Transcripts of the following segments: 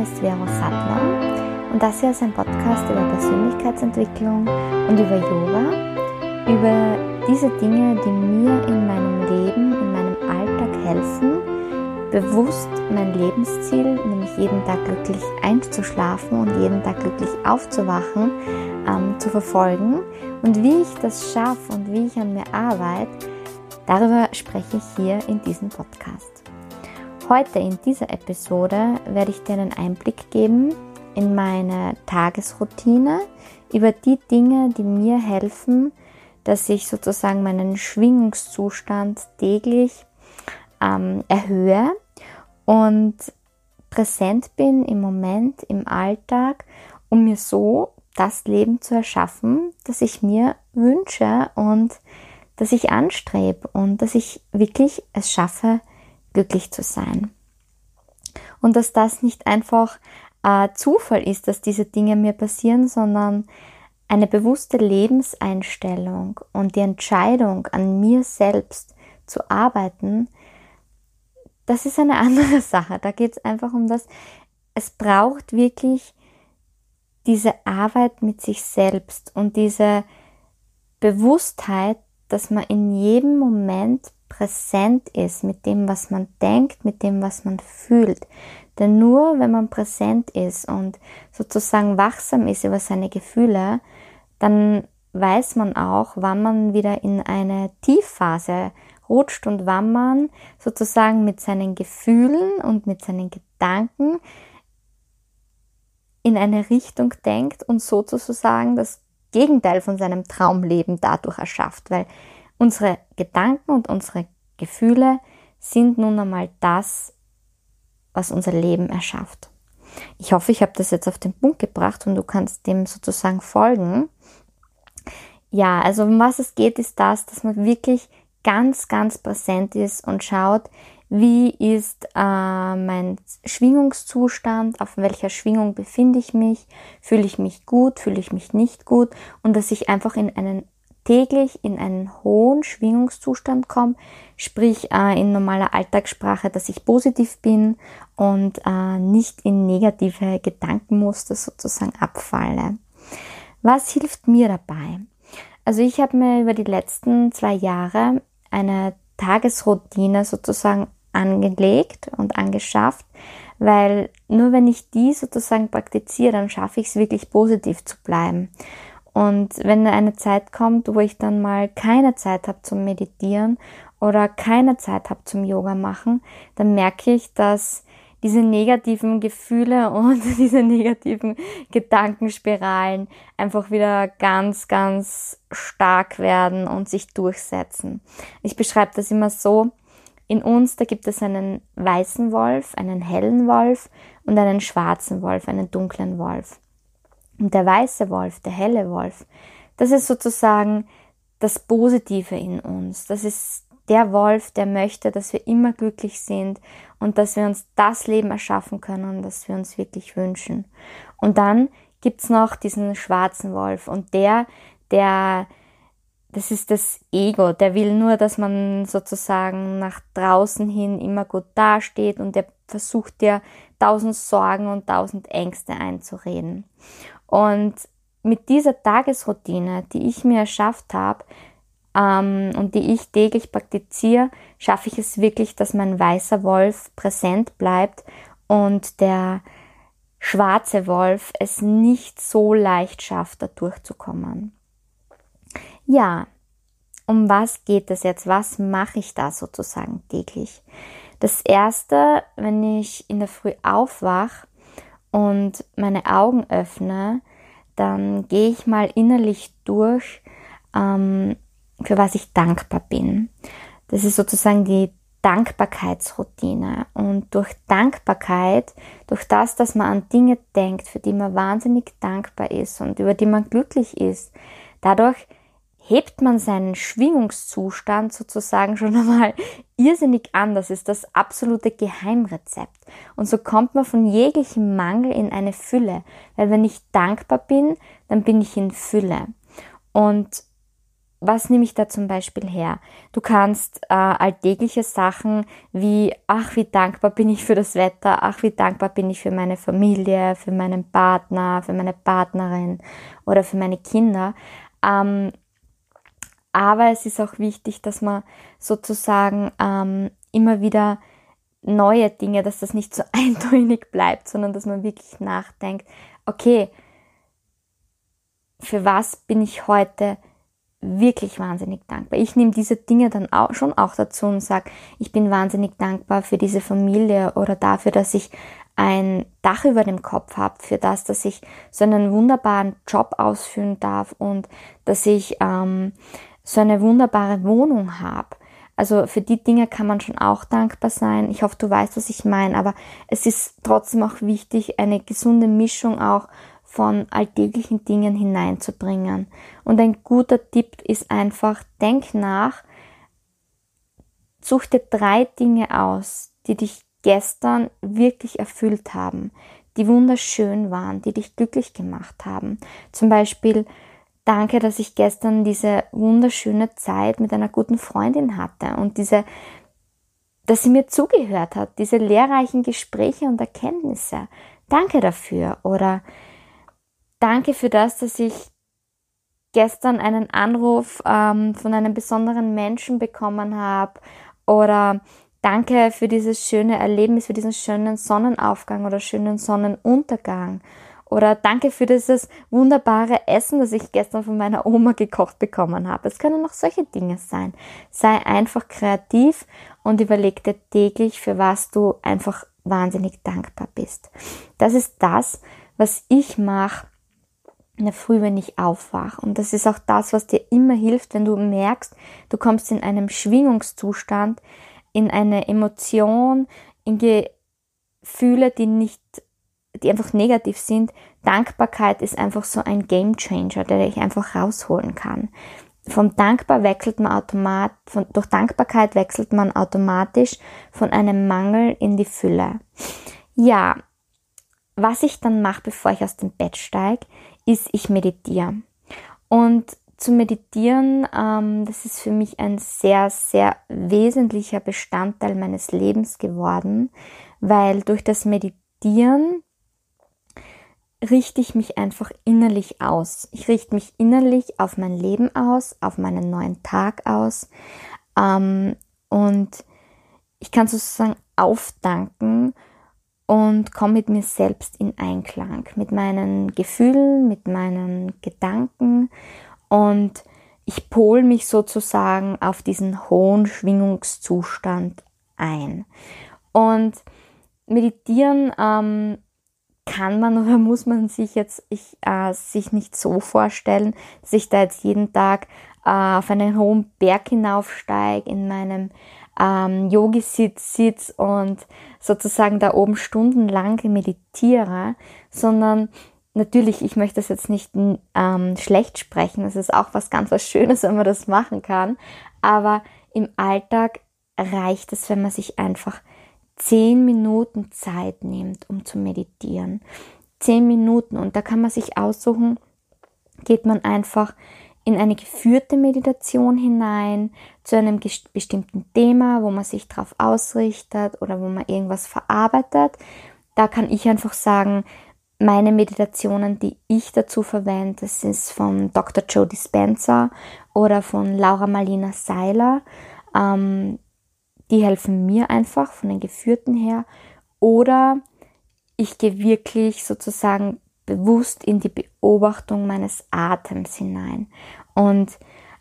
ist Vero Sattler und das hier ist ein Podcast über Persönlichkeitsentwicklung und über Yoga, über diese Dinge, die mir in meinem Leben, in meinem Alltag helfen, bewusst mein Lebensziel, nämlich jeden Tag glücklich einzuschlafen und jeden Tag glücklich aufzuwachen, zu verfolgen. Und wie ich das schaffe und wie ich an mir arbeite, darüber spreche ich hier in diesem Podcast. Heute in dieser Episode werde ich dir einen Einblick geben in meine Tagesroutine, über die Dinge, die mir helfen, dass ich sozusagen meinen Schwingungszustand täglich erhöhe und präsent bin im Moment, im Alltag, um mir so das Leben zu erschaffen, das ich mir wünsche und das ich anstrebe und dass ich wirklich es schaffe, glücklich zu sein. Und dass das nicht einfach Zufall ist, dass diese Dinge mir passieren, sondern eine bewusste Lebenseinstellung und die Entscheidung, an mir selbst zu arbeiten, das ist eine andere Sache. Da geht es einfach um das, es braucht wirklich diese Arbeit mit sich selbst und diese Bewusstheit, dass man in jedem Moment präsent ist mit dem, was man denkt, mit dem, was man fühlt. Denn nur wenn man präsent ist und sozusagen wachsam ist über seine Gefühle, dann weiß man auch, wann man wieder in eine Tiefphase rutscht und wann man sozusagen mit seinen Gefühlen und mit seinen Gedanken in eine Richtung denkt und sozusagen das Gegenteil von seinem Traumleben dadurch erschafft, weil unsere Gedanken und unsere Gefühle sind nun einmal das, was unser Leben erschafft. Ich hoffe, ich habe das jetzt auf den Punkt gebracht und du kannst dem sozusagen folgen. Ja, also um was es geht, ist das, dass man wirklich ganz, ganz präsent ist und schaut, wie ist mein Schwingungszustand, auf welcher Schwingung befinde ich mich, fühle ich mich gut, fühle ich mich nicht gut und dass ich einfach täglich in einen hohen Schwingungszustand komme, sprich in normaler Alltagssprache, dass ich positiv bin und nicht in negative Gedankenmuster sozusagen abfalle. Was hilft mir dabei? Also ich habe mir über die letzten 2 Jahre eine Tagesroutine sozusagen angelegt und angeschafft, weil nur wenn ich die sozusagen praktiziere, dann schaffe ich es wirklich positiv zu bleiben. Und wenn eine Zeit kommt, wo ich dann mal keine Zeit habe zum Meditieren oder keine Zeit habe zum Yoga machen, dann merke ich, dass diese negativen Gefühle und diese negativen Gedankenspiralen einfach wieder ganz, ganz stark werden und sich durchsetzen. Ich beschreibe das immer so, in uns, da gibt es einen weißen Wolf, einen hellen Wolf und einen schwarzen Wolf, einen dunklen Wolf. Und der weiße Wolf, der helle Wolf, das ist sozusagen das Positive in uns. Das ist der Wolf, der möchte, dass wir immer glücklich sind und dass wir uns das Leben erschaffen können, das wir uns wirklich wünschen. Und dann gibt's noch diesen schwarzen Wolf und das ist das Ego, der will nur, dass man sozusagen nach draußen hin immer gut dasteht und der versucht dir 1000 Sorgen und 1000 Ängste einzureden. Und mit dieser Tagesroutine, die ich mir erschafft habe und die ich täglich praktiziere, schaffe ich es wirklich, dass mein weißer Wolf präsent bleibt und der schwarze Wolf es nicht so leicht schafft, da durchzukommen. Ja, um was geht es jetzt? Was mache ich da sozusagen täglich? Das Erste, wenn ich in der Früh aufwache und meine Augen öffne, dann gehe ich mal innerlich durch, für was ich dankbar bin. Das ist sozusagen die Dankbarkeitsroutine. Und durch Dankbarkeit, durch das, dass man an Dinge denkt, für die man wahnsinnig dankbar ist und über die man glücklich ist, dadurch hebt man seinen Schwingungszustand sozusagen schon einmal irrsinnig an. Das ist das absolute Geheimrezept. Und so kommt man von jeglichem Mangel in eine Fülle. Weil wenn ich dankbar bin, dann bin ich in Fülle. Und was nehme ich da zum Beispiel her? Du kannst alltägliche Sachen wie, ach, wie dankbar bin ich für das Wetter, ach, wie dankbar bin ich für meine Familie, für meinen Partner, für meine Partnerin oder für meine Kinder. Aber es ist auch wichtig, dass man sozusagen immer wieder neue Dinge, dass das nicht so eindeutig bleibt, sondern dass man wirklich nachdenkt, okay, für was bin ich heute wirklich wahnsinnig dankbar. Ich nehme diese Dinge dann schon auch dazu und sage, ich bin wahnsinnig dankbar für diese Familie oder dafür, dass ich ein Dach über dem Kopf habe, für das, dass ich so einen wunderbaren Job ausführen darf und dass ich so eine wunderbare Wohnung habe. Also für die Dinge kann man schon auch dankbar sein. Ich hoffe, du weißt, was ich meine, aber es ist trotzdem auch wichtig, eine gesunde Mischung auch von alltäglichen Dingen hineinzubringen. Und ein guter Tipp ist einfach, denk nach, such dir 3 Dinge aus, die dich gestern wirklich erfüllt haben, die wunderschön waren, die dich glücklich gemacht haben. Zum Beispiel, danke, dass ich gestern diese wunderschöne Zeit mit einer guten Freundin hatte und dass sie mir zugehört hat, diese lehrreichen Gespräche und Erkenntnisse. Danke dafür. Oder danke für das, dass ich gestern einen Anruf von einem besonderen Menschen bekommen habe. Oder danke für dieses schöne Erlebnis, für diesen schönen Sonnenaufgang oder schönen Sonnenuntergang. Oder danke für dieses wunderbare Essen, das ich gestern von meiner Oma gekocht bekommen habe. Es können auch solche Dinge sein. Sei einfach kreativ und überleg dir täglich, für was du einfach wahnsinnig dankbar bist. Das ist das, was ich mache in der Früh, wenn ich aufwache. Und das ist auch das, was dir immer hilft, wenn du merkst, du kommst in einem Schwingungszustand, in eine Emotion, in Gefühle, die einfach negativ sind. Dankbarkeit ist einfach so ein Gamechanger, der dich einfach rausholen kann. Durch Dankbarkeit wechselt man automatisch von einem Mangel in die Fülle. Ja, was ich dann mache, bevor ich aus dem Bett steige, ist, ich meditiere. Und zu meditieren, das ist für mich ein sehr, sehr wesentlicher Bestandteil meines Lebens geworden, weil durch das Meditieren richte ich mich einfach innerlich aus. Ich richte mich innerlich auf mein Leben aus, auf meinen neuen Tag aus. Und ich kann sozusagen auftanken und komme mit mir selbst in Einklang, mit meinen Gefühlen, mit meinen Gedanken. Und ich pole mich sozusagen auf diesen hohen Schwingungszustand ein. Und meditieren kann man oder muss man sich jetzt sich nicht so vorstellen, dass ich da jetzt jeden Tag auf einen hohen Berg hinaufsteige, in meinem Yogi-Sitz sitze und sozusagen da oben stundenlang meditiere, sondern natürlich, ich möchte das jetzt nicht schlecht sprechen, das ist auch was ganz was Schönes, wenn man das machen kann, aber im Alltag reicht es, wenn man sich einfach 10 Minuten Zeit nimmt, um zu meditieren. 10 Minuten, und da kann man sich aussuchen, geht man einfach in eine geführte Meditation hinein, zu einem bestimmten Thema, wo man sich darauf ausrichtet oder wo man irgendwas verarbeitet. Da kann ich einfach sagen, meine Meditationen, die ich dazu verwende, das ist von Dr. Joe Dispenza oder von Laura Marlina Seiler. Die helfen mir einfach von den Geführten her. Oder ich gehe wirklich sozusagen bewusst in die Beobachtung meines Atems hinein. Und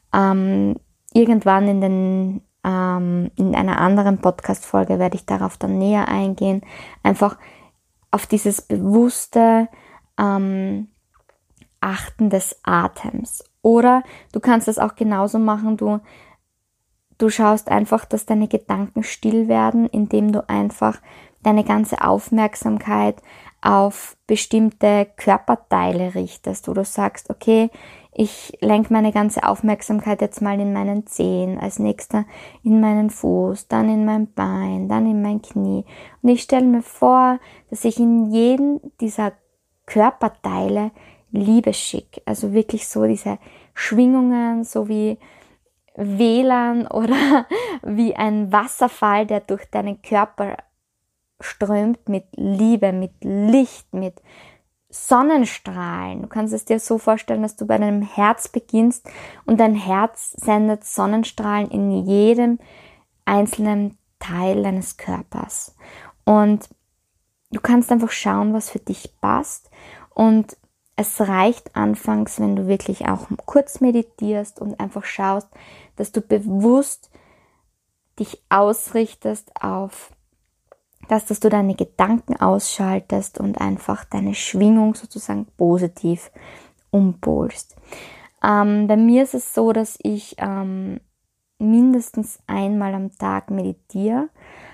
irgendwann in einer anderen Podcast-Folge werde ich darauf dann näher eingehen. Einfach auf dieses bewusste Achten des Atems. Oder du kannst das auch genauso machen, Du schaust einfach, dass deine Gedanken still werden, indem du einfach deine ganze Aufmerksamkeit auf bestimmte Körperteile richtest, wo du sagst, okay, ich lenke meine ganze Aufmerksamkeit jetzt mal in meinen Zehen, als nächster in meinen Fuß, dann in mein Bein, dann in mein Knie. Und ich stelle mir vor, dass ich in jeden dieser Körperteile Liebe schicke, also wirklich so diese Schwingungen, so wie WLAN oder wie ein Wasserfall, der durch deinen Körper strömt mit Liebe, mit Licht, mit Sonnenstrahlen. Du kannst es dir so vorstellen, dass du bei deinem Herz beginnst und dein Herz sendet Sonnenstrahlen in jedem einzelnen Teil deines Körpers. Und du kannst einfach schauen, was für dich passt. Und es reicht anfangs, wenn du wirklich auch kurz meditierst und einfach schaust, dass du bewusst dich ausrichtest auf das, dass du deine Gedanken ausschaltest und einfach deine Schwingung sozusagen positiv umpolst. Bei mir ist es so, dass ich mindestens einmal am Tag meditiere,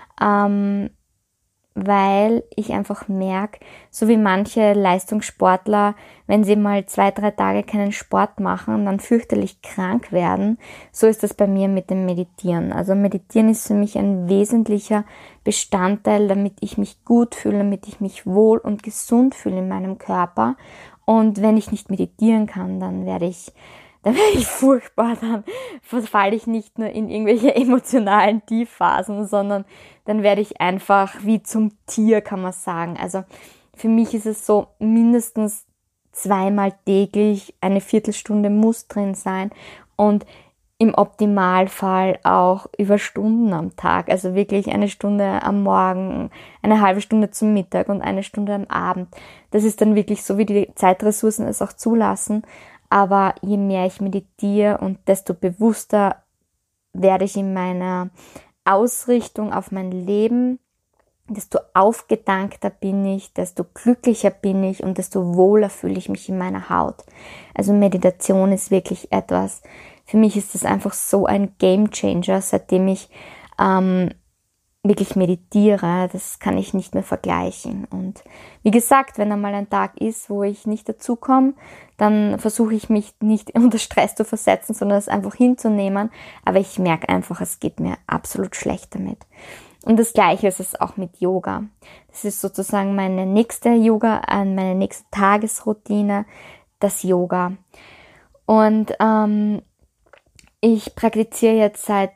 weil ich einfach merke, so wie manche Leistungssportler, wenn sie mal 2-3 Tage keinen Sport machen, dann fürchterlich krank werden, so ist das bei mir mit dem Meditieren. Also Meditieren ist für mich ein wesentlicher Bestandteil, damit ich mich gut fühle, damit ich mich wohl und gesund fühle in meinem Körper. Und wenn ich nicht meditieren kann, dann werde ich furchtbar, dann verfalle ich nicht nur in irgendwelche emotionalen Tiefphasen, sondern dann werde ich einfach wie zum Tier, kann man sagen. Also für mich ist es so, mindestens 2-mal täglich eine Viertelstunde muss drin sein und im Optimalfall auch über Stunden am Tag. Also wirklich eine Stunde am Morgen, eine halbe Stunde zum Mittag und eine Stunde am Abend. Das ist dann wirklich so, wie die Zeitressourcen es auch zulassen. Aber je mehr ich meditiere und desto bewusster werde ich in meiner Ausrichtung auf mein Leben, desto aufgedankter bin ich, desto glücklicher bin ich und desto wohler fühle ich mich in meiner Haut. Also Meditation ist wirklich etwas, für mich ist das einfach so ein Gamechanger, seitdem ich wirklich meditiere, das kann ich nicht mehr vergleichen. Und wie gesagt, wenn einmal ein Tag ist, wo ich nicht dazu komme, dann versuche ich mich nicht unter Stress zu versetzen, sondern es einfach hinzunehmen. Aber ich merke einfach, es geht mir absolut schlecht damit. Und das Gleiche ist es auch mit Yoga. Das ist sozusagen meine nächste meine nächste Tagesroutine, das Yoga. Und ich praktiziere jetzt seit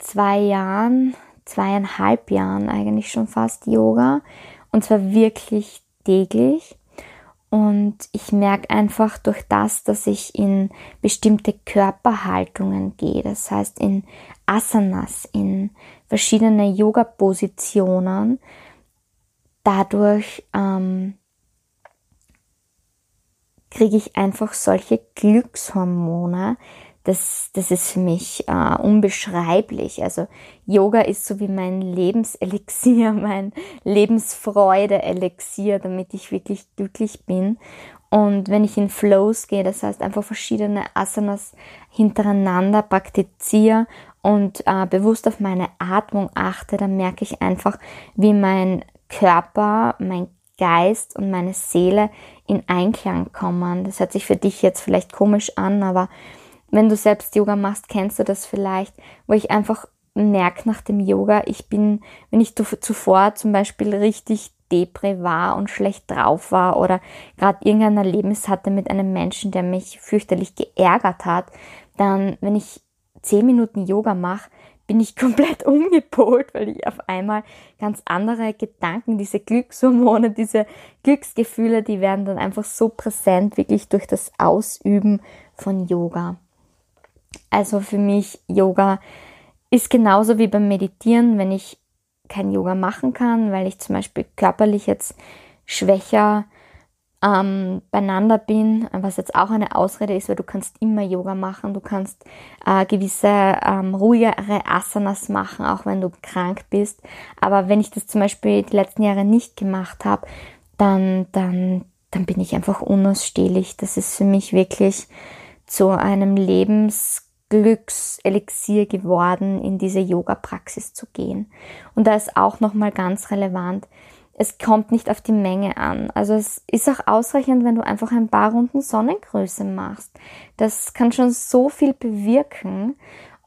2,5 Jahren eigentlich schon fast Yoga, und zwar wirklich täglich. Und ich merke einfach durch das, dass ich in bestimmte Körperhaltungen gehe, das heißt in Asanas, in verschiedene Yoga-Positionen, dadurch kriege ich einfach solche Glückshormone. Das ist für mich unbeschreiblich. Also Yoga ist so wie mein Lebenselixier, mein Lebensfreude-Elixier, damit ich wirklich glücklich bin. Und wenn ich in Flows gehe, das heißt einfach verschiedene Asanas hintereinander praktiziere und bewusst auf meine Atmung achte, dann merke ich einfach, wie mein Körper, mein Geist und meine Seele in Einklang kommen. Das hört sich für dich jetzt vielleicht komisch an, aber wenn du selbst Yoga machst, kennst du das vielleicht, wo ich einfach merke nach dem Yoga, wenn ich zuvor zum Beispiel richtig depri war und schlecht drauf war oder gerade irgendein Erlebnis hatte mit einem Menschen, der mich fürchterlich geärgert hat, dann, wenn ich 10 Minuten Yoga mache, bin ich komplett umgepolt, weil ich auf einmal ganz andere Gedanken, diese Glückshormone, diese Glücksgefühle, die werden dann einfach so präsent, wirklich durch das Ausüben von Yoga. Also für mich, Yoga ist genauso wie beim Meditieren, wenn ich kein Yoga machen kann, weil ich zum Beispiel körperlich jetzt schwächer beieinander bin, was jetzt auch eine Ausrede ist, weil du kannst immer Yoga machen, du kannst gewisse ruhigere Asanas machen, auch wenn du krank bist. Aber wenn ich das zum Beispiel die letzten Jahre nicht gemacht habe, dann bin ich einfach unausstehlich. Das ist für mich wirklich zu einem Lebensglückselixier geworden, in diese Yoga-Praxis zu gehen. Und da ist auch nochmal ganz relevant, es kommt nicht auf die Menge an. Also es ist auch ausreichend, wenn du einfach ein paar Runden Sonnengrüße machst. Das kann schon so viel bewirken.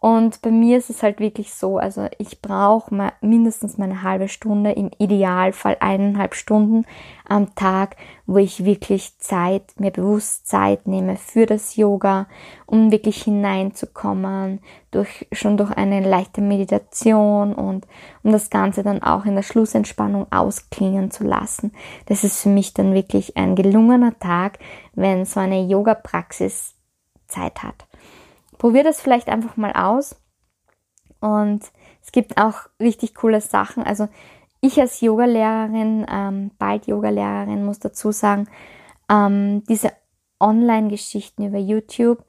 Und bei mir ist es halt wirklich so, also ich brauche mindestens meine halbe Stunde, im Idealfall 1,5 Stunden am Tag, wo ich wirklich mir bewusst Zeit nehme für das Yoga, um wirklich hineinzukommen, schon durch eine leichte Meditation und um das Ganze dann auch in der Schlussentspannung ausklingen zu lassen. Das ist für mich dann wirklich ein gelungener Tag, wenn so eine Yoga-Praxis Zeit hat. Probier das vielleicht einfach mal aus und es gibt auch richtig coole Sachen. Also ich als Yogalehrerin, bald Yogalehrerin, muss dazu sagen, diese Online-Geschichten über YouTube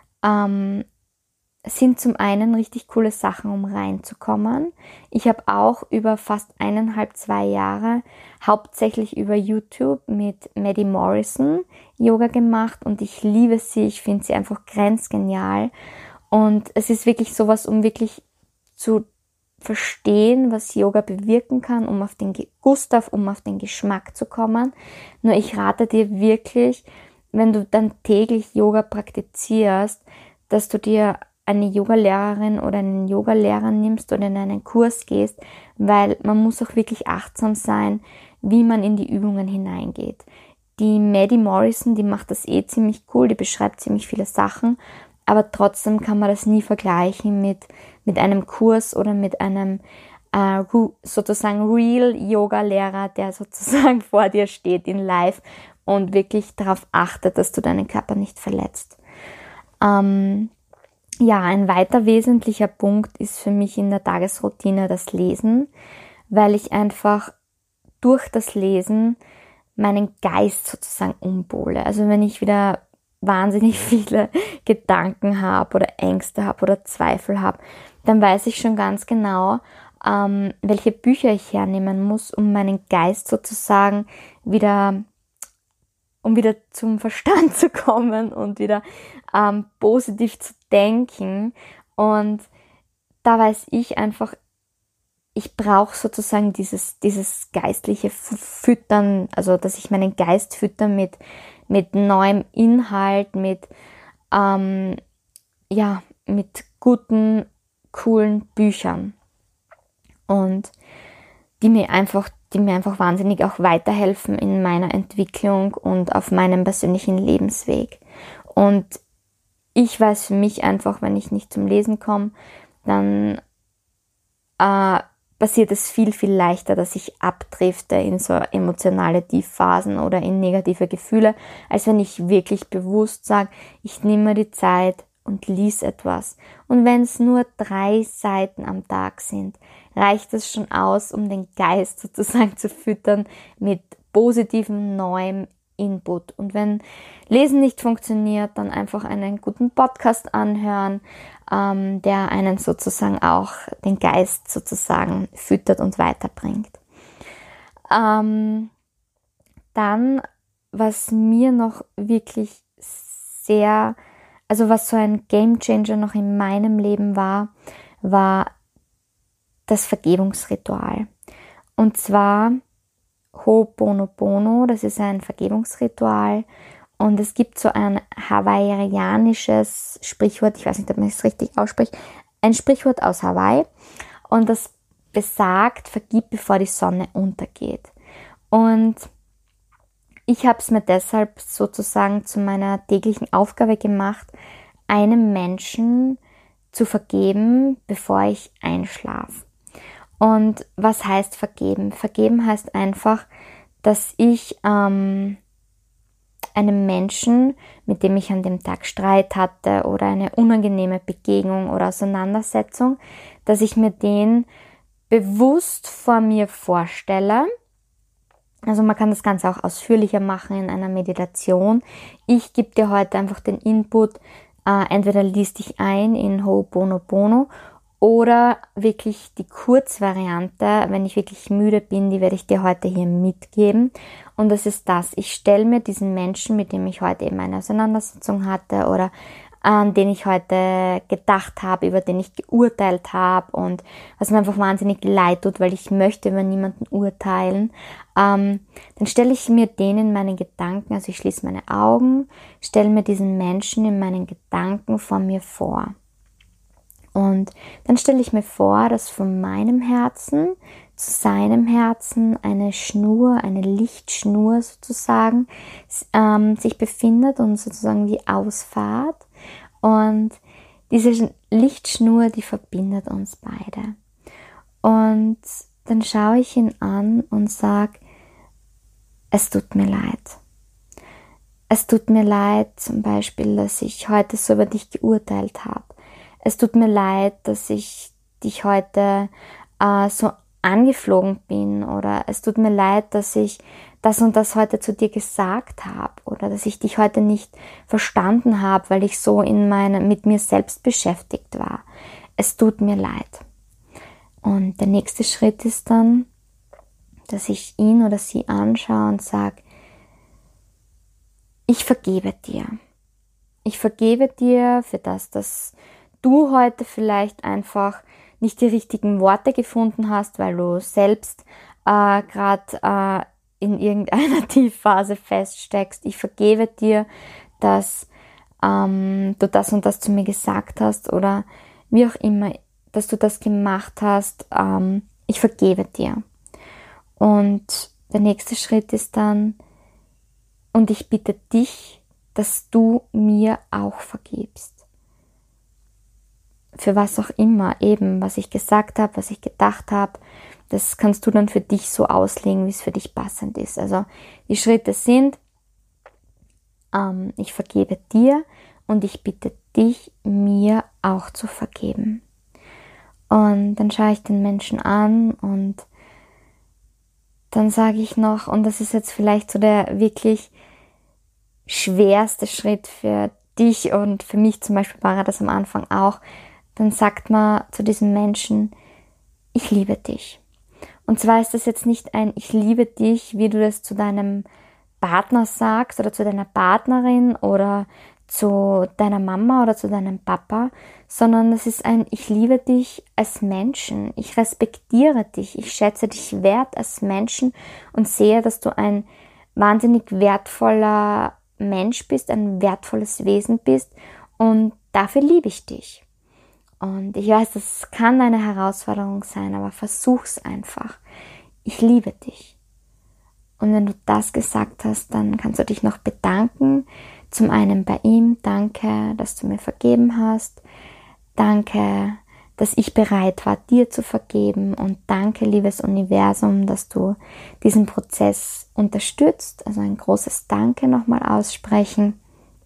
sind zum einen richtig coole Sachen, um reinzukommen. Ich habe auch über fast 1,5, 2 Jahre hauptsächlich über YouTube mit Maddie Morrison Yoga gemacht und ich liebe sie, ich finde sie einfach grenzgenial und es ist wirklich sowas, um wirklich zu verstehen, was Yoga bewirken kann, um auf den Gustav, um auf den Geschmack zu kommen. Nur ich rate dir wirklich, wenn du dann täglich Yoga praktizierst, dass du dir eine Yogalehrerin oder einen Yogalehrer nimmst oder in einen Kurs gehst, weil man muss auch wirklich achtsam sein, wie man in die Übungen hineingeht. Die Maddie Morrison, die macht das ziemlich cool, die beschreibt ziemlich viele Sachen, aber trotzdem kann man das nie vergleichen mit einem Kurs oder mit einem sozusagen Real-Yoga-Lehrer, der sozusagen vor dir steht in live und wirklich darauf achtet, dass du deinen Körper nicht verletzt. Ja, ein weiter wesentlicher Punkt ist für mich in der Tagesroutine das Lesen, weil ich einfach durch das Lesen meinen Geist sozusagen umpole. Also wenn ich wieder wahnsinnig viele Gedanken habe oder Ängste habe oder Zweifel habe, dann weiß ich schon ganz genau, welche Bücher ich hernehmen muss, um meinen Geist sozusagen wieder zum Verstand zu kommen und wieder positiv zu denken. Und da weiß ich einfach, ich brauche sozusagen dieses geistliche Füttern, also dass ich meinen Geist fütter mit neuem Inhalt, mit guten, coolen Büchern. Und die mir einfach wahnsinnig auch weiterhelfen in meiner Entwicklung und auf meinem persönlichen Lebensweg. Und ich weiß für mich einfach, wenn ich nicht zum Lesen komme, dann passiert es viel, viel leichter, dass ich abdrifte in so emotionale Tiefphasen oder in negative Gefühle, als wenn ich wirklich bewusst sage, ich nehme mir die Zeit und lies etwas. Und wenn es nur 3 Seiten am Tag sind, reicht es schon aus, um den Geist sozusagen zu füttern mit positivem, neuem Input. Und wenn Lesen nicht funktioniert, dann einfach einen guten Podcast anhören, der einen sozusagen auch den Geist sozusagen füttert und weiterbringt. Dann, was mir noch wirklich was so ein Gamechanger noch in meinem Leben war das Vergebungsritual. Und zwar Ho'oponopono, das ist ein Vergebungsritual und es gibt so ein hawaiianisches Sprichwort, ich weiß nicht, ob man es richtig ausspricht, ein Sprichwort aus Hawaii und das besagt, vergib bevor die Sonne untergeht. Und ich habe es mir deshalb sozusagen zu meiner täglichen Aufgabe gemacht, einem Menschen zu vergeben, bevor ich einschlafe. Und was heißt vergeben? Vergeben heißt einfach, dass ich einem Menschen, mit dem ich an dem Tag Streit hatte oder eine unangenehme Begegnung oder Auseinandersetzung, dass ich mir den bewusst vor mir vorstelle. Also man kann das Ganze auch ausführlicher machen in einer Meditation. Ich gebe dir heute einfach den Input, entweder liest dich ein in Ho'oponopono oder wirklich die Kurzvariante, wenn ich wirklich müde bin, die werde ich dir heute hier mitgeben. Und das ist das, ich stelle mir diesen Menschen, mit dem ich heute eben eine Auseinandersetzung hatte oder an den ich heute gedacht habe, über den ich geurteilt habe und was mir einfach wahnsinnig leid tut, weil ich möchte über niemanden urteilen, dann stelle ich mir den in meinen Gedanken, also ich schließe meine Augen, stelle mir diesen Menschen in meinen Gedanken vor mir vor. Und dann stelle ich mir vor, dass von meinem Herzen zu seinem Herzen eine Schnur, eine Lichtschnur sozusagen, sich befindet und sozusagen wie ausfahrt. Und diese Lichtschnur, die verbindet uns beide. Und dann schaue ich ihn an und sage, es tut mir leid. Es tut mir leid zum Beispiel, dass ich heute so über dich geurteilt habe. Es tut mir leid, dass ich dich heute so angeflogen bin, oder es tut mir leid, dass ich das und das heute zu dir gesagt habe, oder dass ich dich heute nicht verstanden habe, weil ich so mit mir selbst beschäftigt war. Es tut mir leid. Und der nächste Schritt ist dann, dass ich ihn oder sie anschaue und sage, ich vergebe dir. Ich vergebe dir für das, dass du heute vielleicht einfach nicht die richtigen Worte gefunden hast, weil du selbst gerade in irgendeiner Tiefphase feststeckst. Ich vergebe dir, dass du das und das zu mir gesagt hast oder wie auch immer, dass du das gemacht hast. Ich vergebe dir. Und der nächste Schritt ist dann, und ich bitte dich, dass du mir auch vergibst. Für was auch immer, eben, was ich gesagt habe, was ich gedacht habe, das kannst du dann für dich so auslegen, wie es für dich passend ist. Also die Schritte sind, ich vergebe dir und ich bitte dich, mir auch zu vergeben. Und dann schaue ich den Menschen an und dann sage ich noch, und das ist jetzt vielleicht so der wirklich schwerste Schritt für dich und für mich zum Beispiel war das am Anfang auch, dann sagt man zu diesem Menschen, ich liebe dich. Und zwar ist das jetzt nicht ein ich liebe dich, wie du das zu deinem Partner sagst oder zu deiner Partnerin oder zu deiner Mama oder zu deinem Papa, sondern das ist ein ich liebe dich als Menschen, ich respektiere dich, ich schätze dich wert als Menschen und sehe, dass du ein wahnsinnig wertvoller Mensch bist, ein wertvolles Wesen bist und dafür liebe ich dich. Und ich weiß, das kann eine Herausforderung sein, aber versuch's einfach. Ich liebe dich. Und wenn du das gesagt hast, dann kannst du dich noch bedanken. Zum einen bei ihm, danke, dass du mir vergeben hast. Danke, dass ich bereit war, dir zu vergeben. Und danke, liebes Universum, dass du diesen Prozess unterstützt. Also ein großes Danke nochmal aussprechen.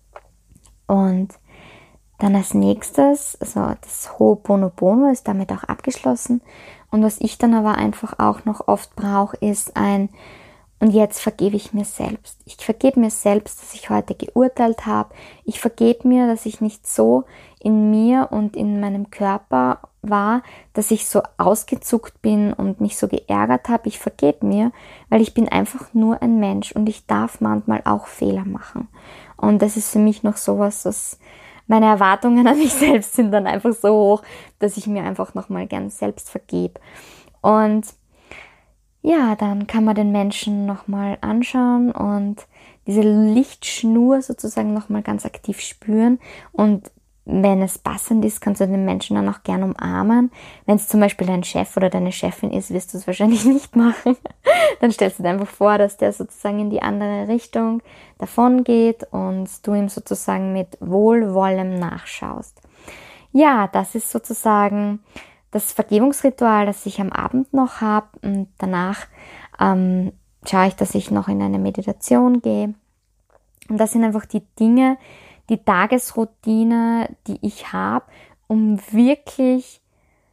Und dann als nächstes, also das Ho'oponopono ist damit auch abgeschlossen. Und was ich dann aber einfach auch noch oft brauche, ist und jetzt vergebe ich mir selbst. Ich vergebe mir selbst, dass ich heute geurteilt habe. Ich vergebe mir, dass ich nicht so in mir und in meinem Körper war, dass ich so ausgezuckt bin und mich so geärgert habe. Ich vergebe mir, weil ich bin einfach nur ein Mensch und ich darf manchmal auch Fehler machen. Und das ist für mich noch sowas, dass meine Erwartungen an mich selbst sind dann einfach so hoch, dass ich mir einfach nochmal gern selbst vergebe. Und ja, dann kann man den Menschen nochmal anschauen und diese Lichtschnur sozusagen nochmal ganz aktiv spüren. Und wenn es passend ist, kannst du den Menschen dann auch gern umarmen. Wenn es zum Beispiel dein Chef oder deine Chefin ist, wirst du es wahrscheinlich nicht machen. Dann stellst du dir einfach vor, dass der sozusagen in die andere Richtung davon geht und du ihm sozusagen mit Wohlwollen nachschaust. Ja, das ist sozusagen das Vergebungsritual, das ich am Abend noch habe, und danach schaue ich, dass ich noch in eine Meditation gehe. Und das sind einfach die Dinge, die Tagesroutine, die ich habe, um wirklich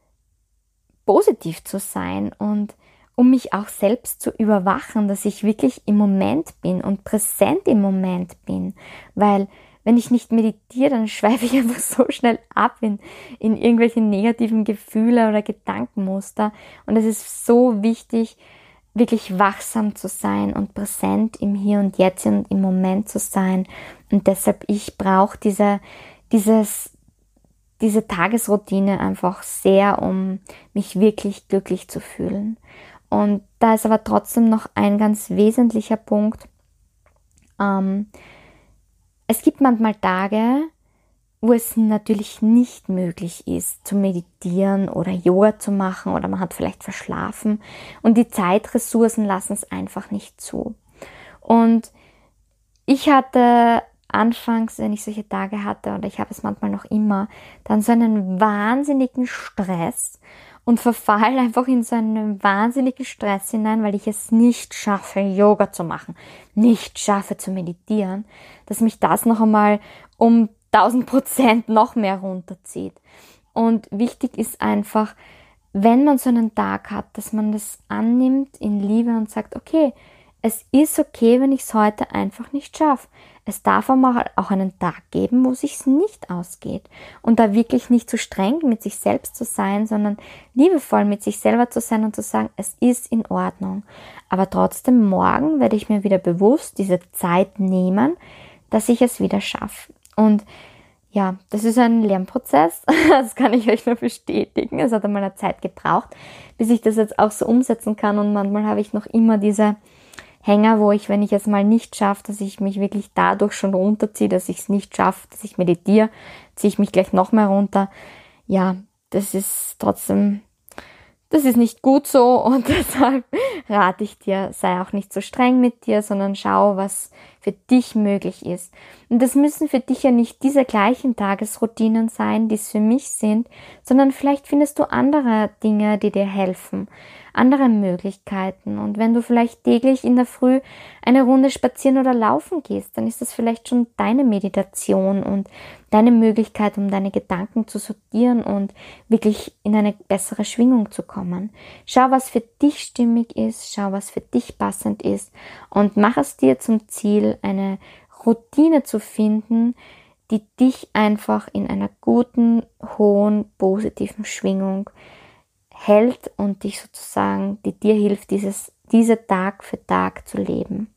positiv zu sein und um mich auch selbst zu überwachen, dass ich wirklich im Moment bin und präsent im Moment bin, weil wenn ich nicht meditiere, dann schweife ich einfach so schnell ab in irgendwelche negativen Gefühle oder Gedankenmuster. Und es ist so wichtig, wirklich wachsam zu sein und präsent im Hier und Jetzt und im Moment zu sein. Und deshalb, ich brauche diese Tagesroutine einfach sehr, um mich wirklich glücklich zu fühlen. Und da ist aber trotzdem noch ein ganz wesentlicher Punkt. Es gibt manchmal Tage, wo es natürlich nicht möglich ist, zu meditieren oder Yoga zu machen oder man hat vielleicht verschlafen und die Zeitressourcen lassen es einfach nicht zu. Und ich hatte anfangs, wenn ich solche Tage hatte, oder ich habe es manchmal noch immer, dann so einen wahnsinnigen Stress und verfall einfach in so einen wahnsinnigen Stress hinein, weil ich es nicht schaffe, Yoga zu machen, nicht schaffe zu meditieren, dass mich das noch einmal um 1000% noch mehr runterzieht. Und wichtig ist einfach, wenn man so einen Tag hat, dass man das annimmt in Liebe und sagt, okay, es ist okay, wenn ich es heute einfach nicht schaffe. Es darf auch einen Tag geben, wo es sich nicht ausgeht. Und da wirklich nicht zu streng mit sich selbst zu sein, sondern liebevoll mit sich selber zu sein und zu sagen, es ist in Ordnung. Aber trotzdem, morgen werde ich mir wieder bewusst diese Zeit nehmen, dass ich es wieder schaffe. Und ja, das ist ein Lernprozess, das kann ich euch nur bestätigen. Es hat einmal eine Zeit gebraucht, bis ich das jetzt auch so umsetzen kann. Und manchmal habe ich noch immer diese Hänger, wo ich, wenn ich es mal nicht schaffe, dass ich mich wirklich dadurch schon runterziehe, dass ich es nicht schaffe, dass ich meditiere, ziehe ich mich gleich noch mehr runter. Ja, das ist trotzdem, das ist nicht gut so und deshalb rate ich dir, sei auch nicht so streng mit dir, sondern schau, was für dich möglich ist. Und das müssen für dich ja nicht diese gleichen Tagesroutinen sein, die es für mich sind, sondern vielleicht findest du andere Dinge, die dir helfen, andere Möglichkeiten. Und wenn du vielleicht täglich in der Früh eine Runde spazieren oder laufen gehst, dann ist das vielleicht schon deine Meditation und deine Möglichkeit, um deine Gedanken zu sortieren und wirklich in eine bessere Schwingung zu kommen. Schau, was für dich stimmig ist, schau, was für dich passend ist und mach es dir zum Ziel, eine Routine zu finden, die dich einfach in einer guten, hohen, positiven Schwingung hält und dich sozusagen, die dir hilft, diese Tag für Tag zu leben.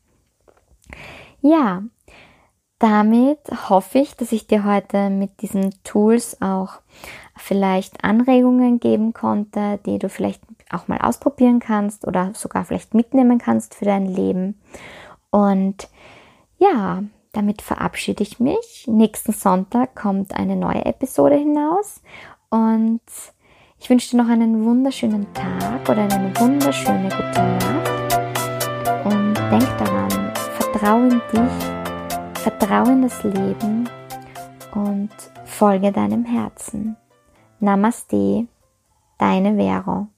Ja, damit hoffe ich, dass ich dir heute mit diesen Tools auch vielleicht Anregungen geben konnte, die du vielleicht auch mal ausprobieren kannst oder sogar vielleicht mitnehmen kannst für dein Leben. Und ja, damit verabschiede ich mich. Nächsten Sonntag kommt eine neue Episode hinaus und ich wünsche dir noch einen wunderschönen Tag oder eine wunderschöne gute Nacht und denk daran, vertraue in dich, vertraue in das Leben und folge deinem Herzen. Namaste, deine Vero.